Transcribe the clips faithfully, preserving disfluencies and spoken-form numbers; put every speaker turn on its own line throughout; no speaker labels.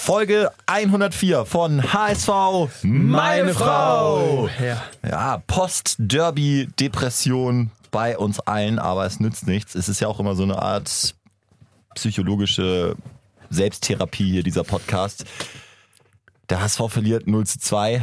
Folge hundertvier von H S V Meine Frau.
Ja,
ja Post-Derby-Depression bei uns allen, aber es nützt nichts. Es ist ja auch immer so eine Art psychologische Selbsttherapie hier, dieser Podcast. Der H S V verliert null zu zwei.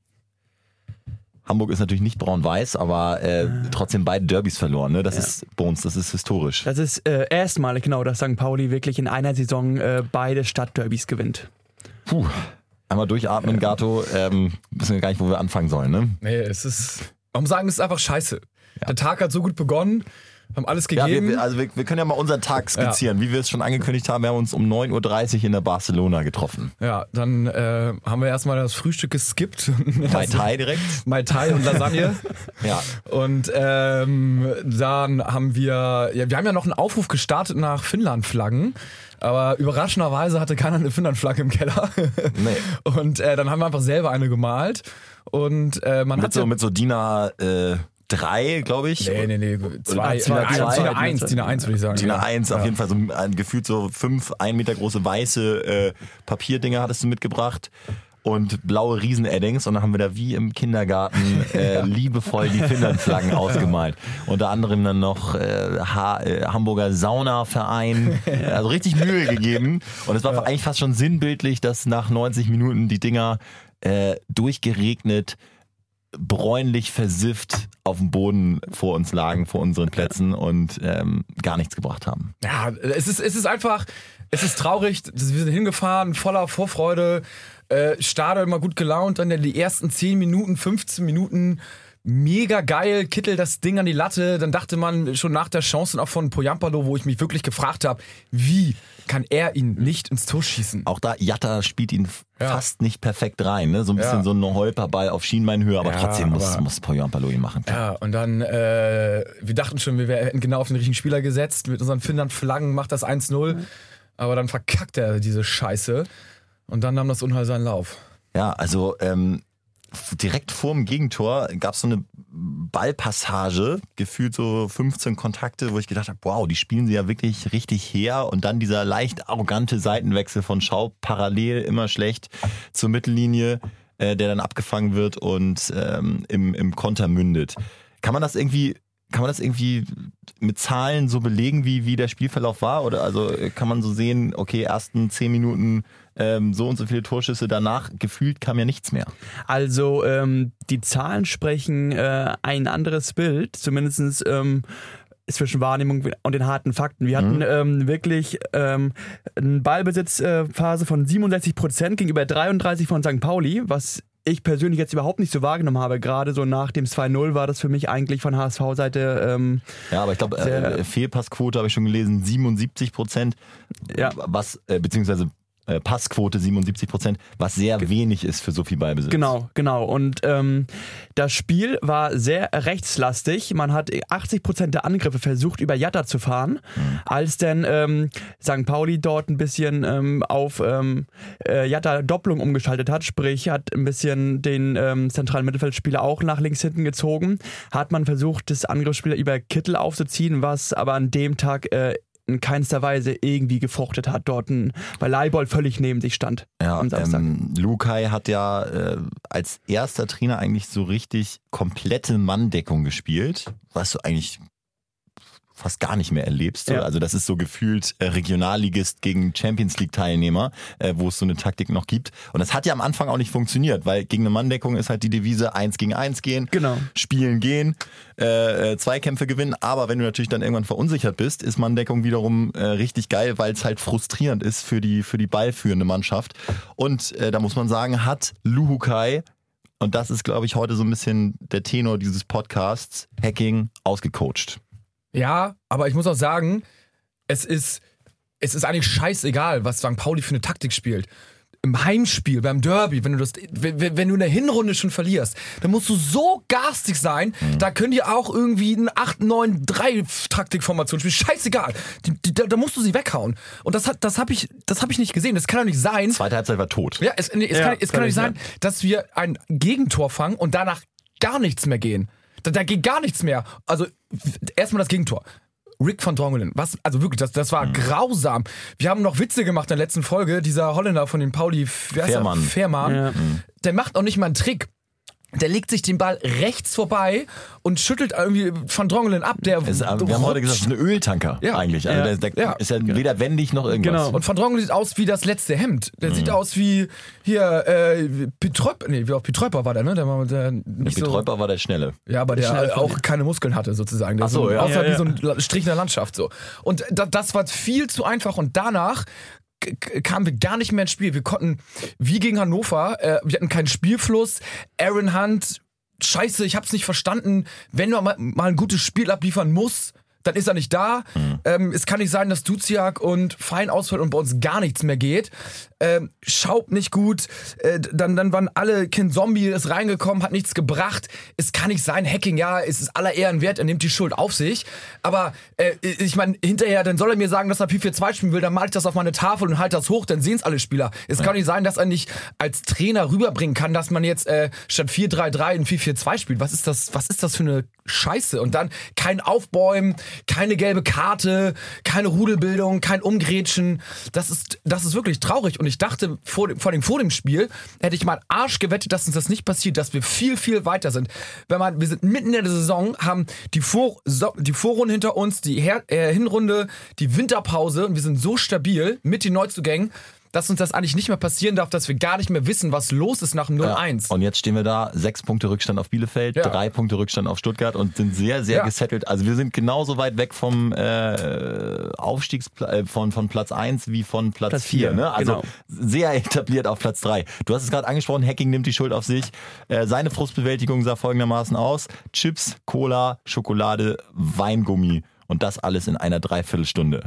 Hamburg ist natürlich nicht braun-weiß, aber äh, trotzdem beide Derbys verloren. Ne? Das ja. ist bei uns, das ist historisch.
Das ist äh, erstmalig, genau, dass Sankt Pauli wirklich in einer Saison äh, beide Stadtderbys gewinnt.
Puh, einmal durchatmen, Gato. Ähm, wissen wir gar nicht, wo wir anfangen sollen. Ne?
Nee, es ist, warum sagen, es ist einfach scheiße. Ja. Der Tag hat so gut begonnen. Haben alles gegeben.
Ja, wir, also wir, wir können ja mal unseren Tag skizzieren, ja. wie wir es schon angekündigt haben. Wir haben uns um neun Uhr dreißig in der Barcelona getroffen.
Ja, dann äh, haben wir erstmal das Frühstück geskippt.
Mai Tai direkt.
Mai Tai und Lasagne.
Ja.
Und ähm, dann haben wir, ja, wir haben ja noch einen Aufruf gestartet nach Finnland-Flaggen. Aber überraschenderweise hatte keiner eine Finnland-Flagge im Keller.
Nee.
Und äh, dann haben wir einfach selber eine gemalt. Und äh, man
mit
hat
so, mit so D I N A äh, drei, glaube ich.
Nee, nee, nee. Zwei,
zwei,
D I N A eins, D I N A eins würde ich sagen.
D I N A eins, ja. Auf jeden Fall so ein, gefühlt so fünf, ein Meter große weiße äh, Papierdinger hattest du mitgebracht. Und blaue Riesen-Eddings. Und dann haben wir da wie im Kindergarten äh, ja. liebevoll die Finnland-Flaggen ausgemalt. Unter anderem dann noch äh, ha- äh, Hamburger Saunaverein. Also richtig Mühe gegeben. Und es war ja. eigentlich fast schon sinnbildlich, dass nach neunzig Minuten die Dinger äh, durchgeregnet, bräunlich versifft auf dem Boden vor uns lagen, vor unseren Plätzen und ähm, gar nichts gebracht haben.
Ja, es ist, es ist einfach, es ist traurig. Wir sind hingefahren, voller Vorfreude, äh, Stadion immer gut gelaunt, dann die ersten zehn Minuten, fünfzehn Minuten mega geil, Kittel das Ding an die Latte, dann dachte man schon nach der Chance auch von Poyampalo, wo ich mich wirklich gefragt habe, wie kann er ihn nicht ins Tor schießen?
Auch da, Jatta spielt ihn
ja.
fast nicht perfekt rein, ne? So ein bisschen
ja.
so ein Holperball auf Schienbeinhöhe, aber
ja,
trotzdem muss,
aber
muss Poyampalo ihn machen.
Ja, und dann, äh, wir dachten schon, wir hätten genau auf den richtigen Spieler gesetzt, mit unseren Finnland-Flaggen macht das eins null, mhm. aber dann verkackt er diese Scheiße und dann nahm das Unheil seinen Lauf.
Ja, also ähm, direkt vorm Gegentor gab es so eine Ballpassage, gefühlt so fünfzehn Kontakte, wo ich gedacht habe, wow, die spielen sie ja wirklich richtig her. Und dann dieser leicht arrogante Seitenwechsel von Schau, parallel immer schlecht zur Mittellinie, äh, der dann abgefangen wird und ähm, im, im Konter mündet. Kann man das irgendwie... Kann man das irgendwie mit Zahlen so belegen, wie, wie der Spielverlauf war? Oder also kann man so sehen, okay, ersten zehn Minuten ähm, so und so viele Torschüsse, danach gefühlt kam ja nichts mehr.
Also ähm, die Zahlen sprechen äh, ein anderes Bild, zumindest ähm, zwischen Wahrnehmung und den harten Fakten. Wir hatten mhm. ähm, wirklich ähm, eine Ballbesitzphase von siebenundsechzig Prozent gegenüber dreiunddreißig von Sankt Pauli, was ich persönlich jetzt überhaupt nicht so wahrgenommen habe. Gerade so nach dem zwei null war das für mich eigentlich von H S V-Seite ähm,
ja, aber ich glaube, äh, Fehlpassquote habe ich schon gelesen, siebenundsiebzig Prozent,
ja.
was, äh, beziehungsweise äh, Passquote siebenundsiebzig Prozent, was sehr Ge- wenig ist für so viel Ballbesitz.
Genau, genau. Und ähm, das Spiel war sehr rechtslastig. Man hat achtzig Prozent der Angriffe versucht, über Jatta zu fahren, mhm. als dann ähm, Sankt Pauli dort ein bisschen ähm, auf ähm, äh, Jatta Doppelung umgeschaltet hat, sprich hat ein bisschen den ähm, zentralen Mittelfeldspieler auch nach links hinten gezogen, hat man versucht, das Angriffsspieler über Kittel aufzuziehen, was aber an dem Tag äh, in keinster Weise irgendwie gefruchtet hat, dort ein, weil Leibold völlig neben sich stand.
Ja, am Samstag. Ähm, Lukai hat ja äh, als erster Trainer eigentlich so richtig komplette Manndeckung gespielt, was du eigentlich fast gar nicht mehr erlebst. Ja. Also das ist so gefühlt äh, Regionalligist gegen Champions League Teilnehmer, äh, wo es so eine Taktik noch gibt. Und das hat ja am Anfang auch nicht funktioniert, weil gegen eine Manndeckung ist halt die Devise eins gegen eins gehen,
genau.
spielen gehen, äh, Zweikämpfe gewinnen. Aber wenn du natürlich dann irgendwann verunsichert bist, ist Manndeckung wiederum äh, richtig geil, weil es halt frustrierend ist für die, für die ballführende Mannschaft. Und äh, da muss man sagen, hat Luhukai, und das ist glaube ich heute so ein bisschen der Tenor dieses Podcasts, Hacking ausgecoacht.
Ja, aber ich muss auch sagen, es ist, es ist eigentlich scheißegal, was Sankt Pauli für eine Taktik spielt. Im Heimspiel, beim Derby, wenn du das, wenn, wenn du in der Hinrunde schon verlierst, dann musst du so garstig sein, mhm. da können die auch irgendwie eine acht neun drei Taktikformation spielen. Scheißegal. Die, die, da, da musst du sie weghauen. Und das, hat, das habe ich, das hab ich nicht gesehen. Das kann doch nicht sein.
Zweite Halbzeit war tot.
Ja, es, es, ja, kann, es kann doch nicht sein, sein, dass wir ein Gegentor fangen und danach gar nichts mehr gehen. Da, da geht gar nichts mehr. Also erstmal das Gegentor. Rick van Drongelen, was, also wirklich, das, das war mhm. grausam. Wir haben noch Witze gemacht in der letzten Folge, dieser Holländer von den Pauli, wie heißt
Veerman.
Er? Veerman. Ja. Mhm. Der macht auch nicht mal einen Trick. Der legt sich den Ball rechts vorbei und schüttelt irgendwie Van Drongelen ab. Der
es, wir haben heute gesagt, das ist ein Öltanker
ja.
eigentlich. Also
ja.
der, der
ja.
ist ja weder wendig noch irgendwas.
Genau. Und Van Drongelen sieht aus wie das letzte Hemd. Der mhm. sieht aus wie hier äh, Pietreuper, nee, wie auch Pietreuper war der, ne? Der war der nicht
Pietreuper
so,
war der Schnelle.
Ja, aber der, der auch keine Muskeln hatte sozusagen. Der
Ach so,
so,
ja.
Außer
ja, ja.
wie so ein Strich in der Landschaft so. Und da, das war viel zu einfach und danach kamen wir gar nicht mehr ins Spiel. Wir konnten, wie gegen Hannover, äh, wir hatten keinen Spielfluss. Aaron Hunt, scheiße, ich hab's nicht verstanden. Wenn man mal, mal ein gutes Spiel abliefern muss, dann ist er nicht da. Mhm. Ähm, es kann nicht sein, dass Duziak und Fein ausfällt und bei uns gar nichts mehr geht. Ähm, Schaub nicht gut. Äh, dann, dann waren alle, Ken Zombie ist reingekommen, hat nichts gebracht. Es kann nicht sein, Hacking, ja, es ist aller Ehren wert, er nimmt die Schuld auf sich. Aber äh, ich meine, hinterher, dann soll er mir sagen, dass er vier vier zwei spielen will, dann male ich das auf meine Tafel und halte das hoch, dann sehen es alle Spieler. Es ja. kann nicht sein, dass er nicht als Trainer rüberbringen kann, dass man jetzt äh, statt vier drei drei ein vier vier zwei spielt. Was ist das, was ist das für eine Scheiße? Und dann kein Aufbäumen, keine gelbe Karte, keine Rudelbildung, kein Umgrätschen. Das ist, das ist wirklich traurig. Und ich dachte, vor dem, vor allem vor dem Spiel, hätte ich mal Arsch gewettet, dass uns das nicht passiert, dass wir viel, viel weiter sind. Wenn man, wir sind mitten in der Saison, haben die, Vor, so, die Vorrunde hinter uns, die Her, äh, Hinrunde, die Winterpause und wir sind so stabil mit den Neuzugängen, dass uns das eigentlich nicht mehr passieren darf, dass wir gar nicht mehr wissen, was los ist nach dem null eins.
Ja, und jetzt stehen wir da, sechs Punkte Rückstand auf Bielefeld, ja. drei Punkte Rückstand auf Stuttgart und sind sehr, sehr ja. gesettelt. Also wir sind genauso weit weg vom äh, Aufstiegsplatz, äh, von, von Platz eins wie von Platz, Platz vier. Ne? Also genau. sehr etabliert auf Platz drei. Du hast es gerade angesprochen, Hacking nimmt die Schuld auf sich. Äh, seine Frustbewältigung sah folgendermaßen aus. Chips, Cola, Schokolade, Weingummi und das alles in einer Dreiviertelstunde.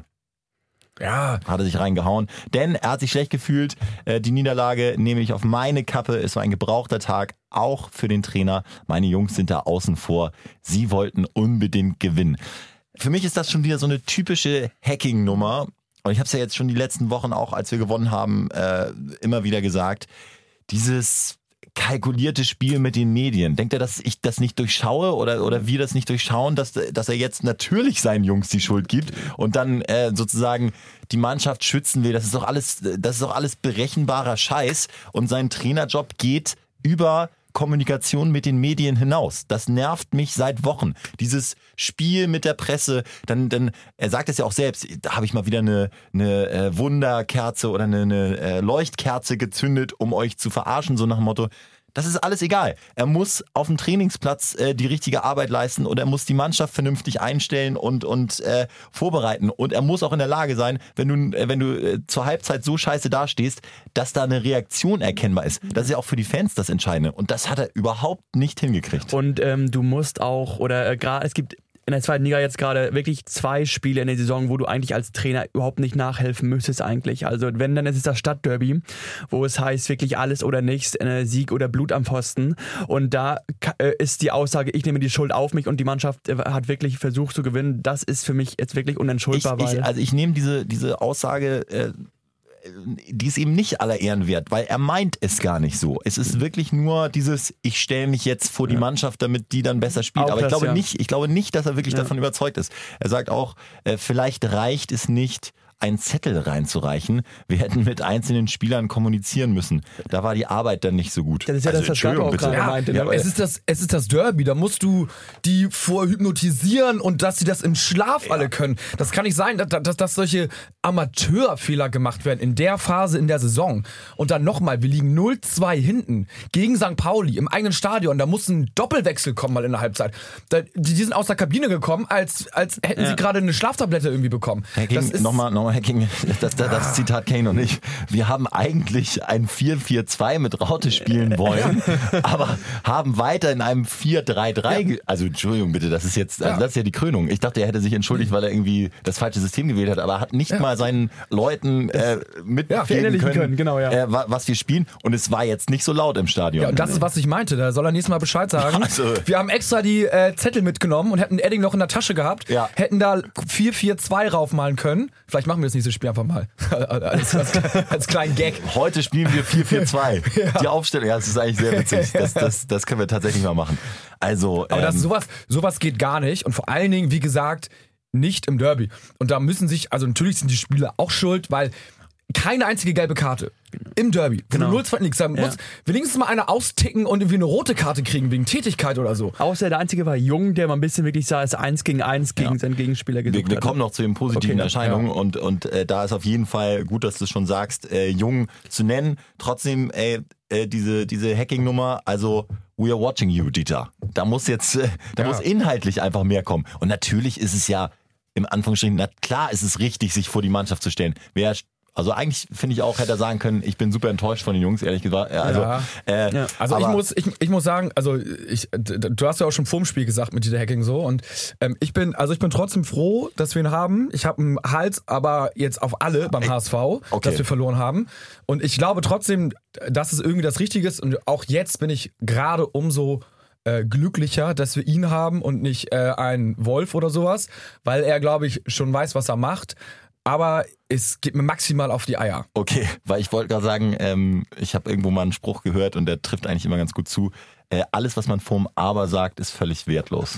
Ja.
Hat er sich reingehauen. Denn er hat sich schlecht gefühlt. Äh, die Niederlage nehme ich auf meine Kappe. Es war ein gebrauchter Tag, auch für den Trainer. Meine Jungs sind da außen vor. Sie wollten unbedingt gewinnen. Für mich ist das schon wieder so eine typische Hacking-Nummer. Und ich habe es ja jetzt schon die letzten Wochen auch, als wir gewonnen haben, äh, immer wieder gesagt. Dieses kalkulierte Spiel mit den Medien. Denkt er, dass ich das nicht durchschaue oder, oder wir das nicht durchschauen, dass, dass er jetzt natürlich seinen Jungs die Schuld gibt und dann äh, sozusagen die Mannschaft schützen will? Das ist doch alles, das ist doch alles berechenbarer Scheiß und sein Trainerjob geht über Kommunikation mit den Medien hinaus. Das nervt mich seit Wochen. Dieses Spiel mit der Presse, dann, dann er sagt es ja auch selbst, da habe ich mal wieder eine, eine äh, Wunderkerze oder eine, eine äh, Leuchtkerze gezündet, um euch zu verarschen, so nach dem Motto, das ist alles egal. Er muss auf dem Trainingsplatz äh, die richtige Arbeit leisten und er muss die Mannschaft vernünftig einstellen und, und äh, vorbereiten. Und er muss auch in der Lage sein, wenn du, äh, wenn du äh, zur Halbzeit so scheiße dastehst, dass da eine Reaktion erkennbar ist. Das ist ja auch für die Fans das Entscheidende. Und das hat er überhaupt nicht hingekriegt.
Und ähm, du musst auch, oder äh, gerade, es gibt in der zweiten Liga jetzt gerade wirklich zwei Spiele in der Saison, wo du eigentlich als Trainer überhaupt nicht nachhelfen müsstest eigentlich. Also wenn, dann ist es das Stadtderby, wo es heißt wirklich alles oder nichts, äh, Sieg oder Blut am Pfosten. Und da äh, ist die Aussage, ich nehme die Schuld auf mich und die Mannschaft äh, hat wirklich versucht zu gewinnen. Das ist für mich jetzt wirklich unentschuldbar.
Ich, ich, also ich nehme diese, diese Aussage... Äh, die ist eben nicht aller Ehren wert, weil er meint es gar nicht so. Es ist wirklich nur dieses, ich stelle mich jetzt vor die ja. Mannschaft, damit die dann besser spielt. Auch Aber ich, das, glaube ja. nicht, ich glaube nicht, dass er wirklich ja. davon überzeugt ist. Er sagt auch, äh, vielleicht reicht es nicht, einen Zettel reinzureichen. Wir hätten mit einzelnen Spielern kommunizieren müssen. Da war die Arbeit dann nicht so gut.
Das ist ja also, das, was Gago auch gerade
ja,
meinte.
Ja, es, ist das, es ist das Derby, da musst du die vorhypnotisieren und dass sie das im Schlaf ja. alle können. Das kann nicht sein, dass, dass, dass solche Amateurfehler gemacht werden in der Phase in der Saison. Und dann nochmal, wir liegen null zwei hinten gegen Sankt Pauli im eigenen Stadion. Da muss ein Doppelwechsel kommen mal in der Halbzeit. Da, die, die sind aus der Kabine gekommen, als, als hätten ja. sie gerade eine Schlaftablette irgendwie bekommen.
Hacking, das ist nochmal, nochmal Hacking, das, das, das Zitat Kane und ich. Wir haben eigentlich ein vier vier zwei mit Raute spielen wollen, ja. aber haben weiter in einem vier drei drei, ja. also Entschuldigung bitte, das ist jetzt, also ja. das ist ja die Krönung. Ich dachte, er hätte sich entschuldigt, weil er irgendwie das falsche System gewählt hat, aber er hat nicht ja. mal seinen Leuten äh, mitfehlen ja, können, können genau, ja. äh, was wir spielen und es war jetzt nicht so laut im Stadion.
Ja, und das ist, was ich meinte, da soll er nächstes Mal Bescheid sagen. Also. Wir haben extra die äh, Zettel mitgenommen und hätten Edding noch in der Tasche gehabt, ja. hätten da vier vier zwei raufmalen können. Vielleicht machen wir das nächste Spiel einfach mal. als, als, als kleinen Gag.
Heute spielen wir vier vier zwei. Ja. Die Aufstellung, ja, das ist eigentlich sehr witzig. Das, das, das können wir tatsächlich mal machen. Also,
aber
ähm,
das, sowas, sowas geht gar nicht. Und vor allen Dingen, wie gesagt, nicht im Derby. Und da müssen sich, also natürlich sind die Spieler auch schuld, weil keine einzige gelbe Karte im Derby.
Genau.
Wo du null zwei liegst, da muss
Ja.
wenigstens mal einer austicken und irgendwie eine rote Karte kriegen wegen Tätigkeit oder so.
Außer der Einzige war Jung, der mal ein bisschen wirklich sah, es eins gegen eins gegen
Ja.
seinen Gegenspieler gesucht
Wir, wir
hat.
kommen noch zu den positiven
Okay,
Erscheinungen
ja.
und, und äh, da ist auf jeden Fall gut, dass du es schon sagst, äh, Jung zu nennen. Trotzdem, ey, äh, diese, diese Hacking-Nummer, also we are watching you, Dieter. Da muss jetzt, äh, da
Ja.
muss inhaltlich einfach mehr kommen. Und natürlich ist es ja, im Anführungsstrichen, na klar ist es richtig, sich vor die Mannschaft zu stellen. Wer Also eigentlich finde ich auch, hätte er sagen können, ich bin super enttäuscht von den Jungs, ehrlich gesagt. Also,
Ja.
äh,
Ja.
Also ich
aber-
muss, ich, ich muss sagen, also ich, d- d- du hast ja auch schon vorm Spiel gesagt mit dieser Hacking so und ähm, ich bin, also ich bin trotzdem froh, dass wir ihn haben. Ich habe einen Hals, aber jetzt auf alle beim H S V,
Okay.
dass wir verloren haben. Und ich glaube trotzdem, dass es irgendwie das Richtige ist und auch jetzt bin ich gerade umso äh, glücklicher, dass wir ihn haben und nicht äh, einen Wolf oder sowas, weil er, glaube ich, schon weiß, was er macht. Aber es geht mir maximal auf die Eier.
Okay, weil ich wollte gerade sagen, ähm, ich habe irgendwo mal einen Spruch gehört und der trifft eigentlich immer ganz gut zu. Äh, alles, was man vorm Aber sagt, ist völlig wertlos.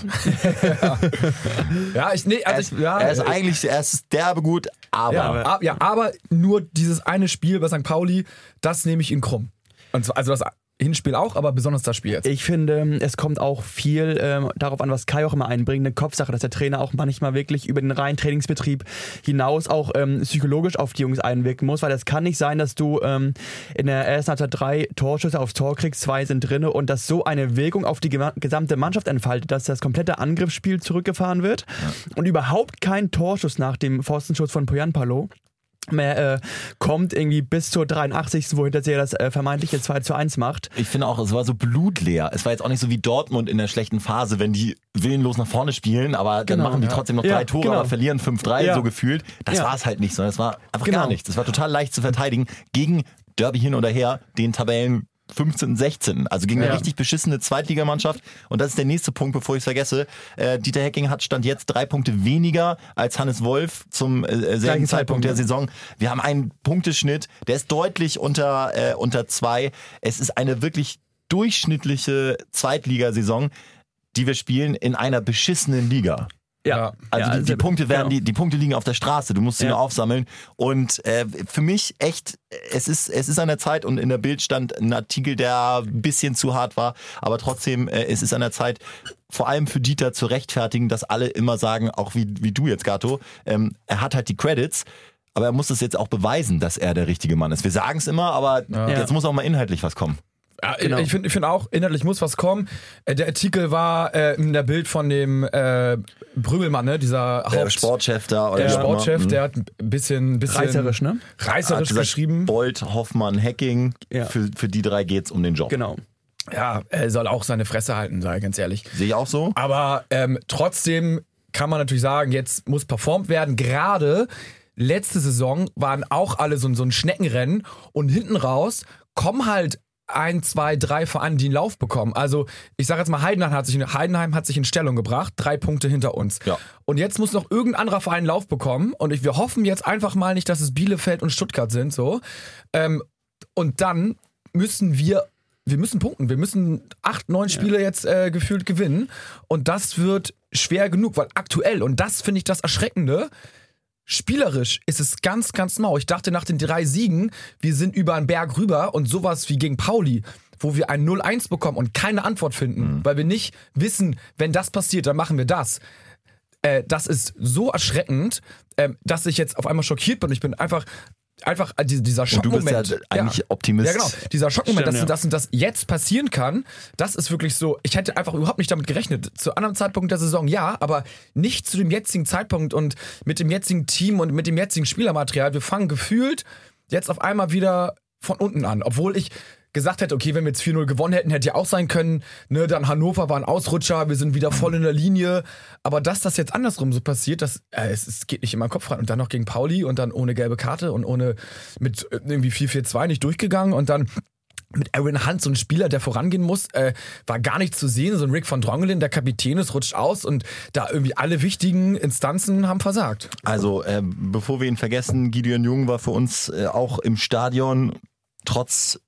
Ja, ich, nee,
Er
also
ist,
ich, ja,
er ist
äh,
eigentlich, er ist derbe gut, aber,
Ja, aber, ja, aber nur dieses eine Spiel bei Sankt Pauli, das nehme ich ihn krumm. Und zwar, also das Hinspiel auch, aber besonders das Spiel jetzt.
Ich finde, es kommt auch viel ähm, darauf an, was Kai auch immer einbringt, eine Kopfsache, dass der Trainer auch manchmal wirklich über den reinen Trainingsbetrieb hinaus auch ähm, psychologisch auf die Jungs einwirken muss, weil es kann nicht sein, dass du ähm, in der ersten Halbzeit drei Torschüsse aufs Tor kriegst, zwei sind drinne und dass so eine Wirkung auf die gema- gesamte Mannschaft entfaltet, dass das komplette Angriffsspiel zurückgefahren wird und überhaupt kein Torschuss nach dem Pfostenschuss von Poyanpalo mehr äh, kommt irgendwie bis zur dreiundachtzigsten wo Hinterseher das äh, vermeintliche zwei zu eins macht.
ich finde auch, es war so blutleer. Es war jetzt auch nicht so wie Dortmund in der schlechten Phase, wenn die willenlos nach vorne spielen, aber dann
Genau,
machen die
ja.
trotzdem noch
Ja,
drei Tore,
genau.
aber verlieren fünf drei
Ja.
so gefühlt. Das
Ja.
war es halt nicht, sondern es war einfach
Genau.
gar nichts. Es war total leicht zu verteidigen gegen Derby hin oder her, den Tabellen fünfzehnten, sechzehnten Also gegen eine
Ja.
richtig beschissene Zweitligamannschaft. Und das ist der nächste Punkt, bevor ich es vergesse. Äh, Dieter Hecking hat Stand jetzt drei Punkte weniger als Hannes Wolf zum äh, selben
Gleichen
Zeitpunkt
Zeitpunkt,
der
ja.
Saison. Wir haben einen Punkteschnitt, der ist deutlich unter, äh, unter zwei. Es ist eine wirklich durchschnittliche Zweitligasaison, die wir spielen in einer beschissenen Liga.
Ja.
Also
Ja,
die, die Punkte werden,
genau.
die, die Punkte liegen auf der Straße. Du musst sie
Ja.
nur aufsammeln. Und äh, für mich echt, es ist, es ist an der Zeit und in der Bild stand ein Artikel, der ein bisschen zu hart war, aber trotzdem, äh, es ist an der Zeit, vor allem für Dieter zu rechtfertigen, dass alle immer sagen, auch wie, wie du jetzt, Gato, ähm, er hat halt die Credits. Aber er muss es jetzt auch beweisen, dass er der richtige Mann ist. Wir sagen es immer, aber jetzt muss auch mal inhaltlich was kommen.
Ja,
Genau.
Ich finde ich find auch, inhaltlich muss was kommen. Äh, Der Artikel war äh, in der Bild von dem äh, Brüggelmann, ne? dieser
Der
Haupt
Sportchef da oder
der
wie auch immer.
Sportchef,
Mhm.
der hat ein bisschen, bisschen
Reißerisch, ne?
Hat
reißerisch
gesagt,
geschrieben.
Bolt, Hoffmann, Hacking.
Ja.
Für, für die drei geht's um den Job.
Genau.
Ja, er soll auch seine Fresse halten, sei ganz ehrlich.
Sehe ich auch so?
Aber ähm, trotzdem kann man natürlich sagen, jetzt muss performt werden. Gerade letzte Saison waren auch alle so, so ein Schneckenrennen und hinten raus kommen halt ein, zwei, drei Vereine, die einen Lauf bekommen. Also ich sage jetzt mal, Heidenheim hat, sich in, Heidenheim hat sich in Stellung gebracht, drei Punkte hinter uns.
Ja.
Und jetzt muss noch irgendein anderer Verein einen Lauf bekommen und ich, wir hoffen jetzt einfach mal nicht, dass es Bielefeld und Stuttgart sind. So. Ähm, und dann müssen wir wir müssen punkten. Wir müssen acht, neun Spiele jetzt äh, gefühlt gewinnen. Und das wird schwer genug, weil aktuell, und das finde ich das Erschreckende, spielerisch ist es ganz, ganz mau. Ich dachte nach den drei Siegen, wir sind über einen Berg rüber und sowas wie gegen Pauli, wo wir ein null eins bekommen und keine Antwort finden, mhm. weil wir nicht wissen, wenn das passiert, dann machen wir das. Äh, das ist so erschreckend, äh, dass ich jetzt auf einmal schockiert bin. Ich bin einfach... Einfach dieser Schockmoment.
Und du bist ja eigentlich
ja.
Optimist.
Ja, genau. Dieser Schockmoment,
Stimmt,
dass,
ja.
dass das jetzt passieren kann, das ist wirklich so, ich hätte einfach überhaupt nicht damit gerechnet. Zu einem anderen Zeitpunkt der Saison ja, aber nicht zu dem jetzigen Zeitpunkt und mit dem jetzigen Team und mit dem jetzigen Spielermaterial. Wir fangen gefühlt jetzt auf einmal wieder von unten an. Obwohl ich gesagt hätte, okay, wenn wir jetzt vier null gewonnen hätten, hätte ja auch sein können, ne, dann Hannover war ein Ausrutscher, wir sind wieder voll in der Linie. Aber dass das jetzt andersrum so passiert, das, äh, es, es geht nicht in meinen Kopf rein. Und dann noch gegen Pauli und dann ohne gelbe Karte und ohne mit irgendwie vier vier zwei nicht durchgegangen und dann mit Aaron Hunt, so ein Spieler, der vorangehen muss, äh, war gar nicht zu sehen. So ein Rick van Drongelen, der Kapitän ist, rutscht aus und da irgendwie alle wichtigen Instanzen haben versagt.
Also, äh, bevor wir ihn vergessen, Gideon Jung war für uns äh, auch im Stadion trotz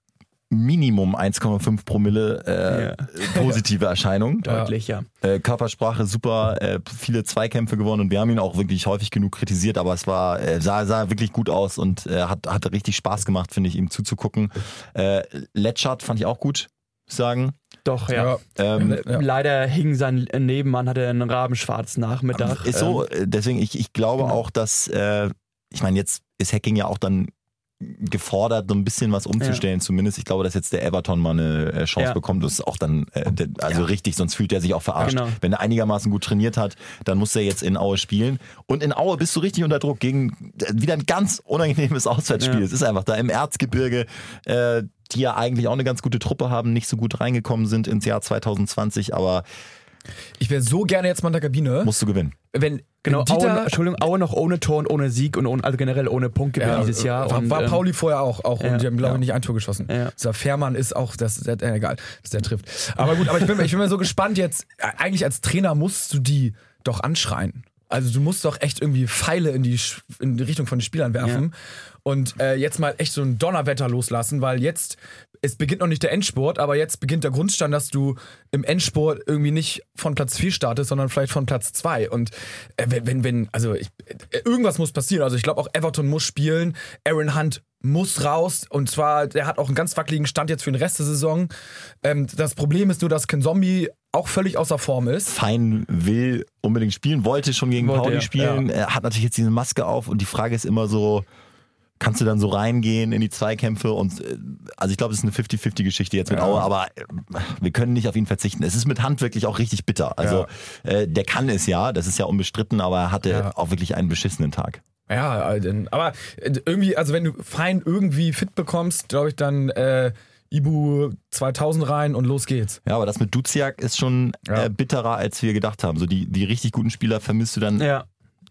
Minimum eins Komma fünf Promille äh,
Ja.
positive Erscheinung.
Deutlich, ja.
Äh, Körpersprache super, äh, viele Zweikämpfe gewonnen und wir haben ihn auch wirklich häufig genug kritisiert, aber es war äh, sah, sah wirklich gut aus und äh, hat hatte richtig Spaß gemacht, finde ich, ihm zuzugucken. Äh, Letschert fand ich auch gut, muss ich sagen.
Doch, ja.
Ähm,
Ja.
Leider hing sein Nebenmann, hatte einen rabenschwarzen Nachmittag.
Ist so,
Ähm,
äh, deswegen, ich, ich glaube
genau.
auch, dass, äh, ich meine, jetzt ist Hacking ja auch dann gefordert, so ein bisschen was umzustellen zumindest. Ich glaube, dass jetzt der Everton mal eine äh, Chance
Ja.
bekommt. Das ist auch dann, äh, der, also
Ja.
richtig, sonst fühlt er sich auch verarscht.
Genau.
Wenn er einigermaßen gut trainiert hat, dann muss er jetzt in Aue spielen. Und in Aue bist du richtig unter Druck gegen äh, wieder ein ganz unangenehmes Auswärtsspiel.
Ja.
Es ist einfach da im Erzgebirge, äh, die ja eigentlich auch eine ganz gute Truppe haben, nicht so gut reingekommen sind ins Jahr zwanzig zwanzig, aber
Ich wäre so gerne jetzt mal in der Kabine.
musst du gewinnen.
Wenn,
Genau,
wenn Dieter,
Aue, Entschuldigung, Aue noch ohne Tor und ohne Sieg und ohne, also generell ohne Punktgewinn
ja,
dieses Jahr.
War,
und,
war
ähm,
Pauli vorher auch, auch
ja,
und die haben, glaube ich,
ja.
nicht ein Tor geschossen.
Ja.
Dieser Fährmann ist auch, das, der, äh, egal, dass der trifft. Aber gut, aber ich bin, ich bin mal so gespannt jetzt, eigentlich als Trainer musst du die doch anschreien. Also du musst doch echt irgendwie Pfeile in die, Sch- in die Richtung von den Spielern werfen und äh, jetzt mal echt so ein Donnerwetter loslassen, weil jetzt, es beginnt noch nicht der Endspurt, aber jetzt beginnt der Grundstein, dass du im Endspurt irgendwie nicht von Platz vier startest, sondern vielleicht von Platz zwei. Und äh, wenn, wenn, wenn, also ich, äh, irgendwas muss passieren. Also ich glaube auch Everton muss spielen, Aaron Hunt muss raus und zwar, der hat auch einen ganz wackeligen Stand jetzt für den Rest der Saison. Ähm, das Problem ist nur, dass Ken Zombie auch völlig außer Form ist.
Fein will unbedingt spielen, wollte schon gegen
Wollte
Pauli
er,
spielen, er hat natürlich jetzt diese Maske auf und die Frage ist immer so, kannst du dann so reingehen in die Zweikämpfe und äh, also ich glaube, es ist eine fünfzig fünfzig Geschichte jetzt mit
Ja.
Aue, aber äh, wir können nicht auf ihn verzichten. Es ist mit Hand wirklich auch richtig bitter. Also äh, der kann es ja, das ist ja unbestritten, aber er hatte
Ja.
auch wirklich einen beschissenen Tag.
Ja, äh, aber äh, irgendwie, also wenn du Fein irgendwie fit bekommst, glaube ich, dann äh, Ibu zweitausend rein und los geht's.
Ja, aber das mit Duziak ist schon
Ja.
äh, bitterer, als wir gedacht haben. So die, die richtig guten Spieler vermisst du dann
ja.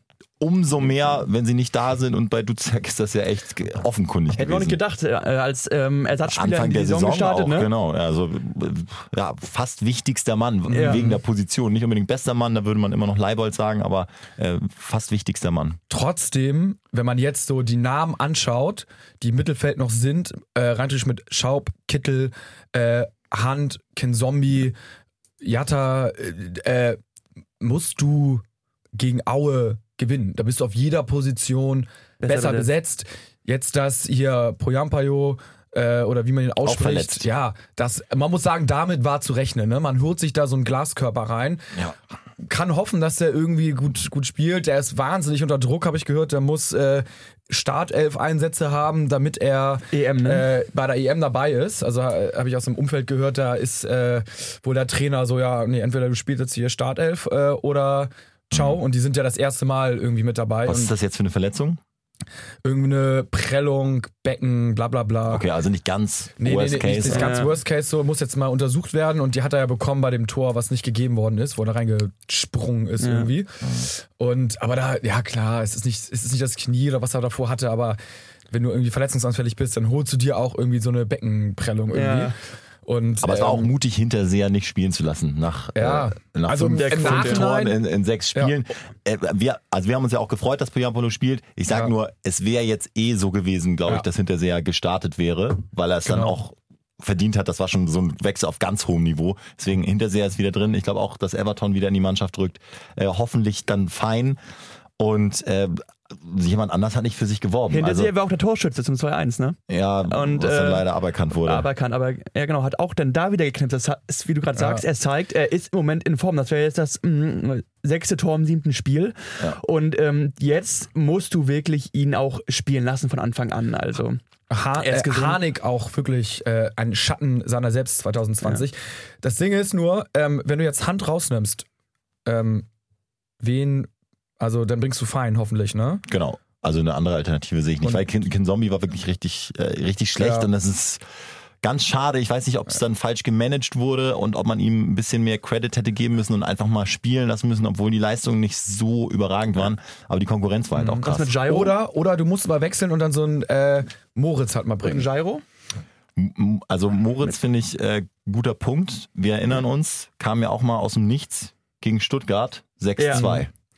umso mehr, wenn sie nicht da sind und bei Duziak ist das ja echt ge- offenkundig
Hätten wir auch
gewesen.
nicht gedacht, äh, als ähm, Ersatzspieler
Anfang
in die
der
Saison,
Saison,
gestartet,
auch,
ne?
genau. Also äh, ja, fast wichtigster Mann
Ja.
wegen der Position. Nicht unbedingt bester Mann, da würde man immer noch Leibold sagen, aber äh, fast wichtigster Mann.
Trotzdem, wenn man jetzt so die Namen anschaut, die im Mittelfeld noch sind, äh, rein theoretisch mit Schaub, Kittel, äh, Hand, Ken Zombie, Jatta, äh, äh, musst du gegen Aue gewinnen. Da bist du auf jeder Position besser,
Besser
besetzt. Jetzt das hier Poyampayo äh, oder wie man ihn ausspricht.
verletzt.
Ja, das, man muss sagen, damit war zu rechnen. Ne? Man holt sich da so einen Glaskörper rein.
Ja.
Kann hoffen, dass der irgendwie gut, gut spielt. Der ist wahnsinnig unter Druck, habe ich gehört. Der muss äh, Startelf-Einsätze haben, damit er
E M, ne?
äh, bei der E M dabei ist. Also äh, habe ich aus dem Umfeld gehört, da ist äh, wohl der Trainer so, ja, nee, entweder du spielst jetzt hier Startelf äh, oder ciao. Und die sind ja das erste Mal irgendwie mit dabei.
Was
und
ist das jetzt für eine Verletzung?
irgendeine Prellung, Becken, bla bla bla.
Okay, also nicht ganz
Nee,
Worst
nee, nee,
Case.
nicht das ganz
Ja.
Worst Case, so muss jetzt mal untersucht werden und die hat er ja bekommen bei dem Tor, was nicht gegeben worden ist, wo er reingesprungen ist
Ja.
irgendwie. Und aber da, ja klar, es ist nicht, es ist nicht das Knie oder was er davor hatte, aber wenn du irgendwie verletzungsanfällig bist, dann holst du dir auch irgendwie so eine Beckenprellung irgendwie.
Ja.
Und,
Aber es war auch
ähm,
mutig, Hinterseher nicht spielen zu lassen. Nach,
Ja.
äh, nach
Also
fünf,
im
fünf
Nachhinein-
Toren in, in sechs Spielen. Äh, wir, also wir haben uns ja auch gefreut, dass Poyampolo spielt. Ich sage
Ja.
nur, es wäre jetzt eh so gewesen, glaube
Ja.
ich, dass Hinterseher gestartet wäre, weil er es dann
Genau.
auch verdient hat. Das war schon so ein Wechsel auf ganz hohem Niveau. Deswegen Hinterseher ist wieder drin. Ich glaube auch, dass Everton wieder in die Mannschaft rückt. Äh, hoffentlich dann fein. Und äh, jemand anders hat nicht für sich geworben.
Hinter
also,
sich war auch der Torschütze zum zwei eins, ne?
ja,
Und,
was dann
äh,
leider aberkannt wurde.
Aber kann, aber ja genau, hat auch dann da wieder geknipst. Das ist, wie du gerade sagst, er zeigt, er ist im Moment in Form. Das wäre jetzt das mh, sechste Tor im siebten Spiel.
Ja.
Und ähm, jetzt musst du wirklich ihn auch spielen lassen von Anfang an. Also
Ha
Er ist
äh,
gesund.
Harnik auch wirklich äh, ein Schatten seiner selbst zwanzig zwanzig. Das Ding ist nur, ähm, wenn du jetzt Hand rausnimmst, ähm, wen, also dann bringst du Fein hoffentlich, ne?
Genau. Also eine andere Alternative sehe ich nicht,
Und-
weil Kin, Kin Zombie war wirklich richtig, äh, richtig schlecht
Ja.
und das ist ganz schade. Ich weiß nicht, ob es dann falsch gemanagt wurde und ob man ihm ein bisschen mehr Credit hätte geben müssen und einfach mal spielen lassen müssen, obwohl die Leistungen nicht so überragend waren. Aber die Konkurrenz war halt auch krass.
was mit Gyro?
Oder, oder du musst mal wechseln und dann so einen äh, Moritz halt mal bringen.
Gyro?
M- Also Moritz finde ich äh, guter Punkt. Wir erinnern uns, kam ja auch mal aus dem Nichts gegen Stuttgart sechs zwei.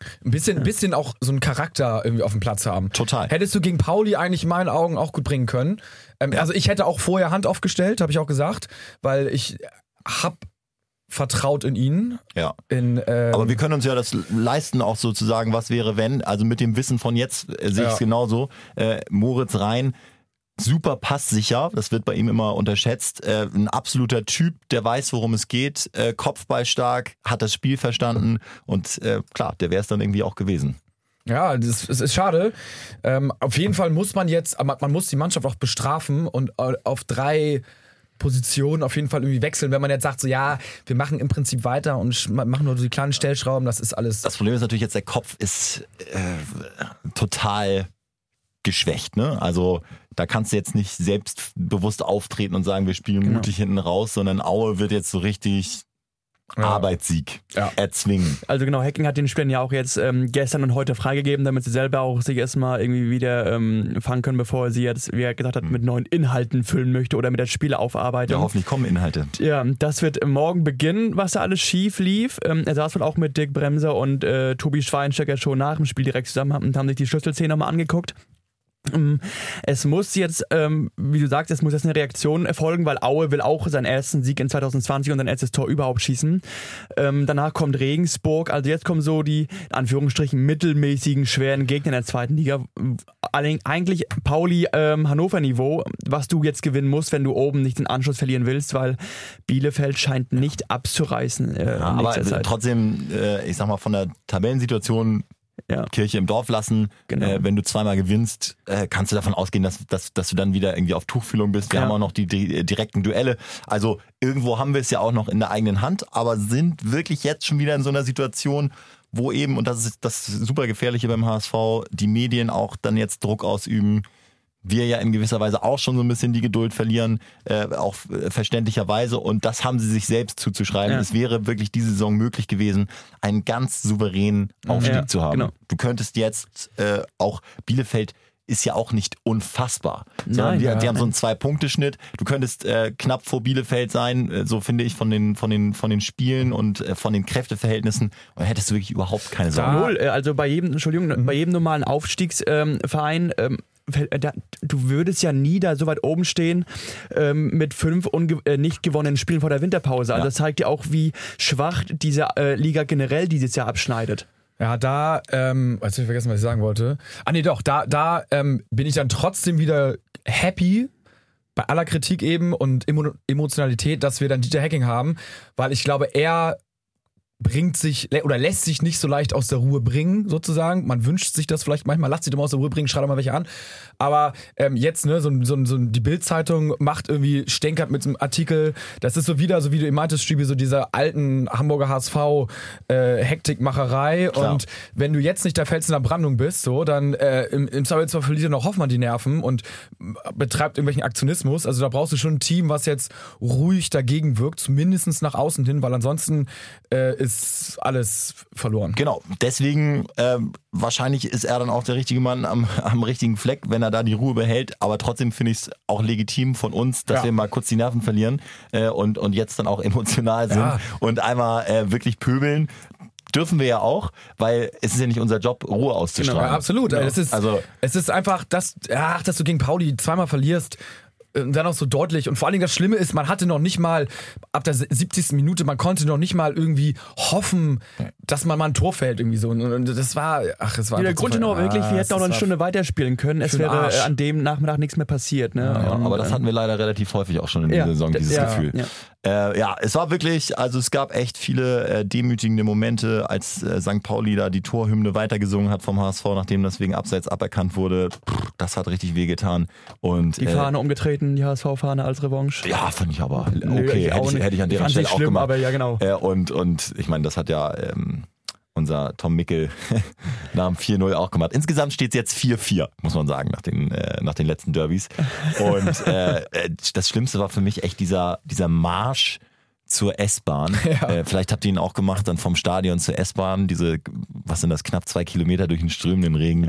Ein bisschen, ein bisschen auch so einen Charakter irgendwie auf dem Platz haben.
Total.
Hättest du gegen Pauli eigentlich in meinen Augen auch gut bringen können. Ähm,
Ja.
Also ich hätte auch vorher Hand aufgestellt, habe ich auch gesagt, weil ich hab vertraut in ihn.
Ja.
In, ähm,
Aber wir können uns ja das leisten, auch sozusagen, was wäre, wenn. Also mit dem Wissen von jetzt äh, sehe ich
Ja.
es genauso. Äh, Moritz Rhein, super passsicher, das wird bei ihm immer unterschätzt. Äh, ein absoluter Typ, der weiß, worum es geht. Äh, Kopfballstark, hat das Spiel verstanden. Und äh, klar, der wäre es dann irgendwie auch gewesen.
Ja, das, das ist schade. Ähm, auf jeden Fall muss man jetzt, aber man muss die Mannschaft auch bestrafen und äh, auf drei Positionen auf jeden Fall irgendwie wechseln, wenn man jetzt sagt, so ja, wir machen im Prinzip weiter und sch- machen nur die kleinen Stellschrauben, das ist alles.
Das Problem ist natürlich jetzt, der Kopf ist äh, total geschwächt. Ne? Also da kannst du jetzt nicht selbstbewusst auftreten und sagen, wir spielen
Genau.
mutig hinten raus, sondern Aue wird jetzt so richtig
Ja.
Arbeitssieg
Ja.
erzwingen.
Also genau, Hacking hat den Spielern ja auch jetzt ähm, gestern und heute freigegeben, damit sie selber auch sich erstmal irgendwie wieder ähm, fangen können, bevor sie jetzt, wie er gesagt hat, mit neuen Inhalten füllen möchte oder mit der Spieleaufarbeitung.
Ja, hoffentlich kommen Inhalte.
Ja, das wird morgen beginnen, was da alles schief lief. Ähm, er saß wohl auch mit Dirk Bremser und äh, Tobi Schweinsteiger schon nach dem Spiel direkt zusammen und haben sich die Schlüsselszene nochmal angeguckt. Ähm, Es muss jetzt, ähm, wie du sagst, es muss jetzt eine Reaktion erfolgen, weil Aue will auch seinen ersten Sieg in zwanzig zwanzig und sein erstes Tor überhaupt schießen. Ähm, danach kommt Regensburg, also jetzt kommen so die, in Anführungsstrichen, mittelmäßigen, schweren Gegner in der zweiten Liga. Allen- Eigentlich Pauli ähm, Hannover-Niveau, was du jetzt gewinnen musst, wenn du oben nicht den Anschluss verlieren willst, weil Bielefeld scheint nicht abzureißen. Äh,
Ja,
in
aber
nächster Zeit.
trotzdem, äh, ich sag mal, von der Tabellensituation
Ja.
Kirche im Dorf lassen.
Genau.
Äh, wenn du zweimal gewinnst, äh, kannst du davon ausgehen, dass, dass, dass du dann wieder irgendwie auf Tuchfühlung bist. Wir
Ja.
haben auch noch die, die direkten Duelle. Also irgendwo haben wir es ja auch noch in der eigenen Hand, aber sind wirklich jetzt schon wieder in so einer Situation, wo eben, und das ist das super Gefährliche beim H S V, die Medien auch dann jetzt Druck ausüben. Wir ja in gewisser Weise auch schon so ein bisschen die Geduld verlieren, äh, auch äh, verständlicherweise. Und das haben sie sich selbst zuzuschreiben.
Ja.
Es wäre wirklich diese Saison möglich gewesen, einen ganz souveränen Aufstieg
Ja,
zu haben.
genau.
Du könntest jetzt äh, auch, Bielefeld ist ja auch nicht unfassbar. Sondern
Nein,
die,
ja,
die haben so einen
nein.
Zwei-Punkte-Schnitt. Du könntest äh, knapp vor Bielefeld sein, äh, so finde ich, von den, von den, von den Spielen und äh, von den Kräfteverhältnissen. Und hättest du wirklich überhaupt keine Sorgen.
Null, äh, also bei jedem, Entschuldigung, bei jedem normalen Aufstiegsverein, ähm, fällt- äh, da- du würdest ja nie da so weit oben stehen ähm, mit fünf unge äh, nicht gewonnenen Spielen vor der Winterpause. Also
Ja.
das zeigt ja auch, wie schwach diese äh, Liga generell dieses Jahr abschneidet.
Ja, da, ähm, jetzt hab ich vergessen, was ich sagen wollte. Ah nee, doch, da, da ähm, bin ich dann trotzdem wieder happy, bei aller Kritik eben und Emo- Emotionalität, dass wir dann Dieter Hecking haben, weil ich glaube, er bringt sich lä- oder lässt sich nicht so leicht aus der Ruhe bringen, sozusagen. Man wünscht sich das vielleicht manchmal, lasst sich doch mal aus der Ruhe bringen, schreit doch mal welche an. Aber ähm, jetzt, ne, so, so, so die Bild-Zeitung macht irgendwie, stänkert mit so einem Artikel. Das ist so wieder, so wie du eben meintest, Stübi, so dieser alten Hamburger H S V äh, Hektikmacherei.
Klar.
Und wenn du jetzt nicht der Fels in der Brandung bist, so, dann äh, im, im Zweifelsfall verliert noch Hoffmann die Nerven und m, betreibt irgendwelchen Aktionismus. Also da brauchst du schon ein Team, was jetzt ruhig dagegen wirkt, zumindest nach außen hin, weil ansonsten äh, ist alles verloren.
Genau, deswegen ähm, wahrscheinlich ist er dann auch der richtige Mann am, am richtigen Fleck, wenn er da die Ruhe behält. Aber trotzdem finde ich es auch legitim von uns, dass
Ja.
wir mal kurz die Nerven verlieren äh, und, und jetzt dann auch emotional sind
Ja.
und einmal äh, wirklich pöbeln. Dürfen wir ja auch, weil es ist ja nicht unser Job, Ruhe auszustrahlen.
Ja, absolut.
Genau.
Es, ist,
Also-
es ist einfach, das, ach, dass du gegen Pauli zweimal verlierst. Und dann auch so deutlich. Und vor allen Dingen das Schlimme ist, man hatte noch nicht mal, ab der siebzigsten Minute, man konnte noch nicht mal irgendwie hoffen, dass man mal ein Tor fällt irgendwie so. Und das war, ach, es war
Der
einfach
Grund
zu
ist noch
ver-
wirklich,
Ah,
wir
es
hätten auch noch eine
war-
Stunde weiterspielen können. Es
für den
wäre
Arsch.
äh, an dem Nachmittag nichts mehr passiert. Ne?
Ja,
Und,
aber das
äh,
hatten wir leider relativ häufig auch schon in
Ja,
dieser Saison,
d-
dieses
ja,
Gefühl.
ja.
Äh, ja, es war wirklich, also es gab echt viele äh, demütigende Momente, als äh, Sankt Pauli da die Torhymne weitergesungen hat vom H S V, nachdem das wegen Abseits aberkannt wurde. Pff, das hat richtig wehgetan. Und
Die
äh,
Fahne umgetreten, die H S V-Fahne als Revanche.
ja, fand ich aber
Nö,
okay,
ich auch
hätte, ich,
nicht.
hätte ich an
Ich
der
fand's
Stelle
nicht
auch
schlimm,
gemacht.
aber ja, genau.
Äh, und, und ich meine, das hat ja ähm, unser Tom Mickel nach dem vier null auch gemacht. Insgesamt steht es jetzt vier vier, muss man sagen, nach den, äh, nach den letzten Derbys. Und äh, äh, das Schlimmste war für mich echt dieser, dieser Marsch zur S-Bahn.
Ja.
Äh, vielleicht habt ihr ihn auch gemacht, dann vom Stadion zur S-Bahn, diese, was sind das, knapp zwei Kilometer durch den strömenden Regen.
Ja.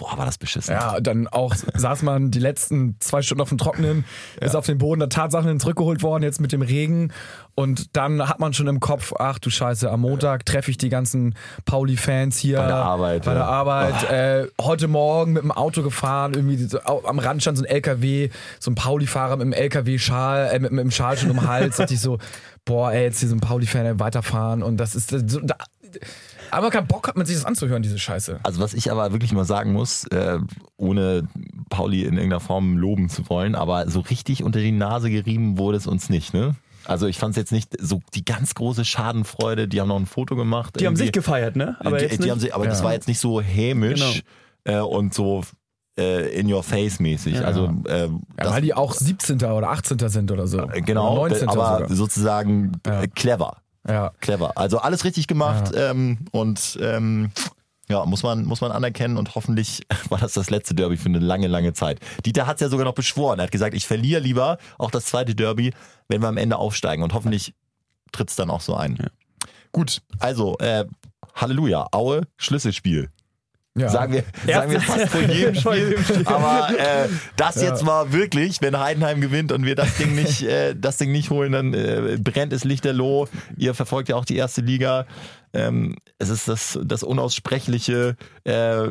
boah, war das beschissen.
Ja, dann auch saß man die letzten zwei Stunden auf dem Trockenen, ja. ist auf den Boden der Tatsachen zurückgeholt worden, jetzt mit dem Regen. Und dann hat man schon im Kopf, ach du Scheiße, am Montag treffe ich die ganzen Pauli-Fans hier.
Bei der Arbeit.
Bei
ja.
der Arbeit. Oh. Äh, heute Morgen mit dem Auto gefahren, irgendwie so, am Rand stand so ein L K W, so ein Pauli-Fahrer mit einem L K W-Schal, äh, mit, mit einem Schal schon um den Hals. Dachte ich so, boah, ey, jetzt hier so ein Pauli-Fan weiterfahren. Und das ist so... Da, aber keinen Bock hat man sich das anzuhören, diese Scheiße.
Also was ich aber wirklich mal sagen muss, äh, ohne Pauli in irgendeiner Form loben zu wollen, aber so richtig unter die Nase gerieben wurde es uns nicht, ne? Also ich fand es jetzt nicht so die ganz große Schadenfreude, die haben noch ein Foto gemacht.
Die haben sich gefeiert, ne?
Aber, die,
jetzt
die haben sich, aber
ja.
das war jetzt nicht so hämisch genau. äh, und so äh, in your face mäßig.
Ja.
Also, äh,
ja,
das,
weil die auch siebzehnter oder achtzehnter sind oder so.
Äh, genau,
oder neunzehnter
aber
sogar.
sozusagen
Ja.
äh, clever.
Ja.
Clever. Also alles richtig gemacht
Ja.
ähm, und ähm, ja, muss man, muss man anerkennen und hoffentlich war das das letzte Derby für eine lange, lange Zeit. Dieter hat es ja sogar noch beschworen. Er hat gesagt, ich verliere lieber auch das zweite Derby, wenn wir am Ende aufsteigen und hoffentlich tritt es dann auch so ein.
Ja.
Gut, also äh, Halleluja, Aue, Schlüsselspiel.
Ja.
Sagen wir, sagen wir fast vor jedem Spiel. Aber äh, das
Ja.
jetzt war wirklich, wenn Heidenheim gewinnt und wir das Ding nicht, äh, das Ding nicht holen, dann äh, brennt es lichterloh. Ihr verfolgt ja auch die erste Liga. Ähm, es ist das, das unaussprechliche äh,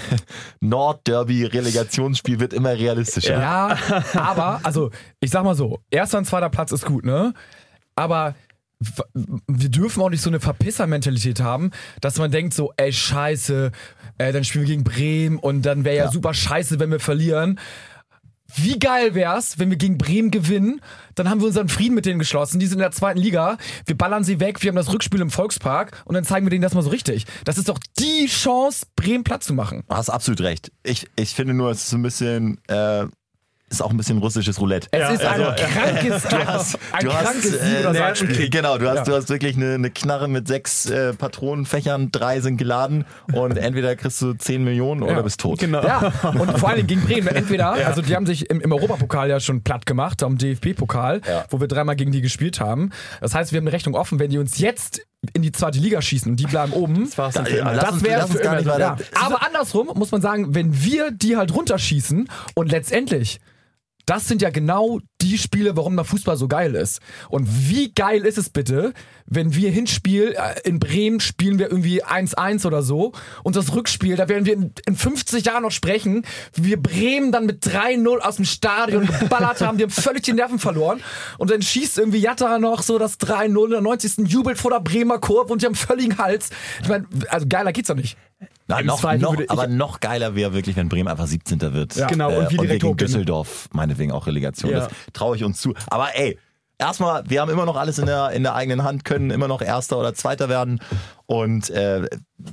Nordderby-Relegationsspiel wird immer realistischer.
Ja, aber, also, ich sag mal so, erster und zweiter Platz ist gut, ne? Aber w- wir dürfen auch nicht so eine Verpisser-Mentalität haben, dass man denkt so, ey, scheiße, äh, dann spielen wir gegen Bremen und dann wäre ja,
Ja.
super scheiße, wenn wir verlieren. Wie geil wär's, wenn wir gegen Bremen gewinnen, dann haben wir unseren Frieden mit denen geschlossen, die sind in der zweiten Liga, wir ballern sie weg, wir haben das Rückspiel im Volkspark und dann zeigen wir denen das mal so richtig. Das ist doch die Chance, Bremen platt zu machen.
Du hast absolut recht. Ich, ich finde nur, es ist so ein bisschen, äh, ist auch ein bisschen russisches Roulette.
Es
Ja,
ist ein
also,
krankes,
Du hast,
ein
du
krankes
hast,
Sieg-
äh,
oder
ne,
Sackspiel.
genau, du hast,
Ja.
du hast wirklich eine, eine Knarre mit sechs äh, Patronenfächern, drei sind geladen und entweder kriegst du zehn Millionen oder
Ja.
bist tot.
Genau.
Ja, und vor allem gegen Bremen. Entweder, also die haben sich im, im Europapokal ja schon platt gemacht, am D F B-Pokal,
Ja.
wo wir dreimal gegen die gespielt haben. Das heißt, wir haben eine Rechnung offen, wenn die uns jetzt in die zweite Liga schießen und die bleiben oben.
Das war's
Da-
dann für
ja,
immer.
lass
Das
uns-
wäre
lass uns
für
gar
immer
nicht
so,
weiter-
ja. Aber andersrum muss man sagen, wenn wir die halt runterschießen und letztendlich, das sind ja genau die Spiele, warum der Fußball so geil ist. Und wie geil ist es bitte, wenn wir Hinspiel äh, in Bremen spielen wir irgendwie eins eins oder so und das Rückspiel, da werden wir in, in fünfzig Jahren noch sprechen, wie wir Bremen dann mit drei null aus dem Stadion geballert haben, die haben völlig die Nerven verloren und dann schießt irgendwie Jatta noch so das drei null in der neunzigsten jubelt vor der Bremer Kurve und die haben völligen Hals. Ich meine, also geiler geht's doch nicht.
Nein,
Im
noch,
Zweifel
noch,
würde ich-
aber noch geiler wäre wirklich, wenn Bremen einfach siebzehnter wird.
Ja.
Genau, und wir
und wir
direkt
gegen
hochgehen.
Düsseldorf meinetwegen auch Relegation.
Ja.
Das traue ich uns zu. Aber ey, erstmal, wir haben immer noch alles in der, in der eigenen Hand, können immer noch Erster oder Zweiter werden und äh,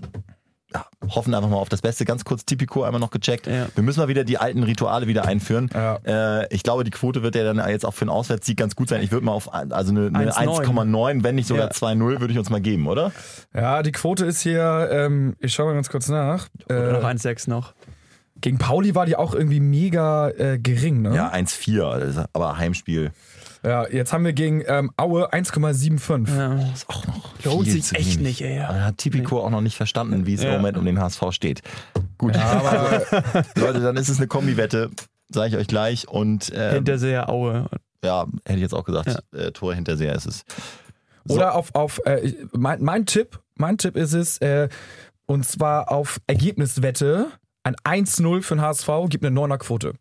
ja, hoffen einfach mal auf das Beste. Ganz kurz Tipico einmal noch gecheckt.
Ja.
Wir müssen mal wieder die alten Rituale wieder einführen.
Ja.
Äh, ich glaube, die Quote wird ja dann jetzt auch für einen Auswärtssieg ganz gut sein. Ich würde mal auf ein- also eine, eine
eins Komma neun.
eins Komma neun, wenn nicht sogar
Ja.
zwei null, würde ich uns mal geben, oder?
Ja, die Quote ist hier, ähm, ich schaue mal ganz kurz nach.
Oder noch
Äh,
eins Komma sechs noch.
gegen Pauli war die auch irgendwie mega äh, gering, ne?
Ja, eins Komma vier, also, aber Heimspiel.
Ja, jetzt haben wir gegen ähm, Aue eins Komma fünfundsiebzig.
Ja.
Ist auch noch
Lohnt
viel
sich
zu
echt
wenig.
nicht, ey.
Da hat Tipico auch noch nicht verstanden, wie es im
Ja.
Moment um den H S V steht. Gut,
Aber
Leute, dann ist es eine Kombi-Wette, sage ich euch gleich. Und ähm,
Hinterseher Aue.
ja, hätte ich jetzt auch gesagt, äh, Tor Hinterseher ist es. So.
oder auf, auf äh, ich- mein, mein Tipp, mein Tipp ist es, äh, und zwar auf Ergebniswette, ein eins null für den H S V, gibt eine neuner Quote.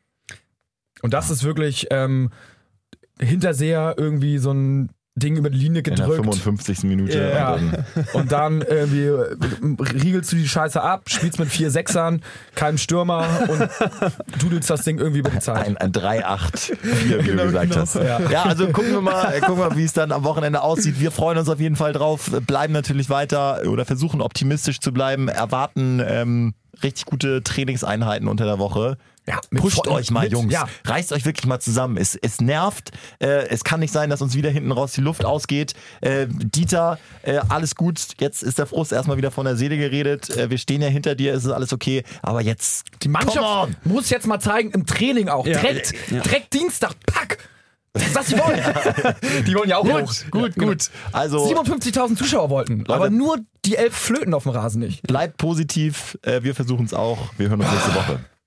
Und das ist wirklich ähm, Hinterseher irgendwie so ein Ding über die Linie
in der
gedrückt.
fünfundfünfzigsten Minute.
Ja.
Und dann,
Und dann irgendwie äh, riegelst du die Scheiße ab, spielst mit vier Sechsern, keinem Stürmer und dudelst das Ding irgendwie über die Zeit.
ein, ein drei acht vier, wie
Genau,
du gesagt
genau.
hast.
Ja.
Ja. also gucken wir mal, äh, gucken wir mal, wie es dann am Wochenende aussieht. Wir freuen uns auf jeden Fall drauf, bleiben natürlich weiter oder versuchen optimistisch zu bleiben, erwarten ähm, richtig gute Trainingseinheiten unter der Woche.
Ja, mit
Pusht
Freunden,
euch mal,
mit-
Jungs.
ja.
Reißt euch wirklich mal zusammen. Es, es nervt. Äh, es kann nicht sein, dass uns wieder hinten raus die Luft ausgeht. Äh, Dieter, äh, alles gut. Jetzt ist der Frust erstmal wieder von der Seele geredet. Äh, wir stehen ja hinter dir, es ist alles okay. Aber jetzt.
Die
Come on!
Mannschaft muss jetzt mal zeigen, im Training auch.
Ja.
Direkt,
Ja.
direkt Dienstag, pack! Das ist, was die wollen. Die wollen ja auch hoch.
Gut, gut, gut. Also.
siebenundfünfzigtausend Zuschauer wollten, aber nur die elf Flöten auf dem Rasen nicht.
Bleibt positiv, äh, wir versuchen es auch. Wir hören uns nächste Woche.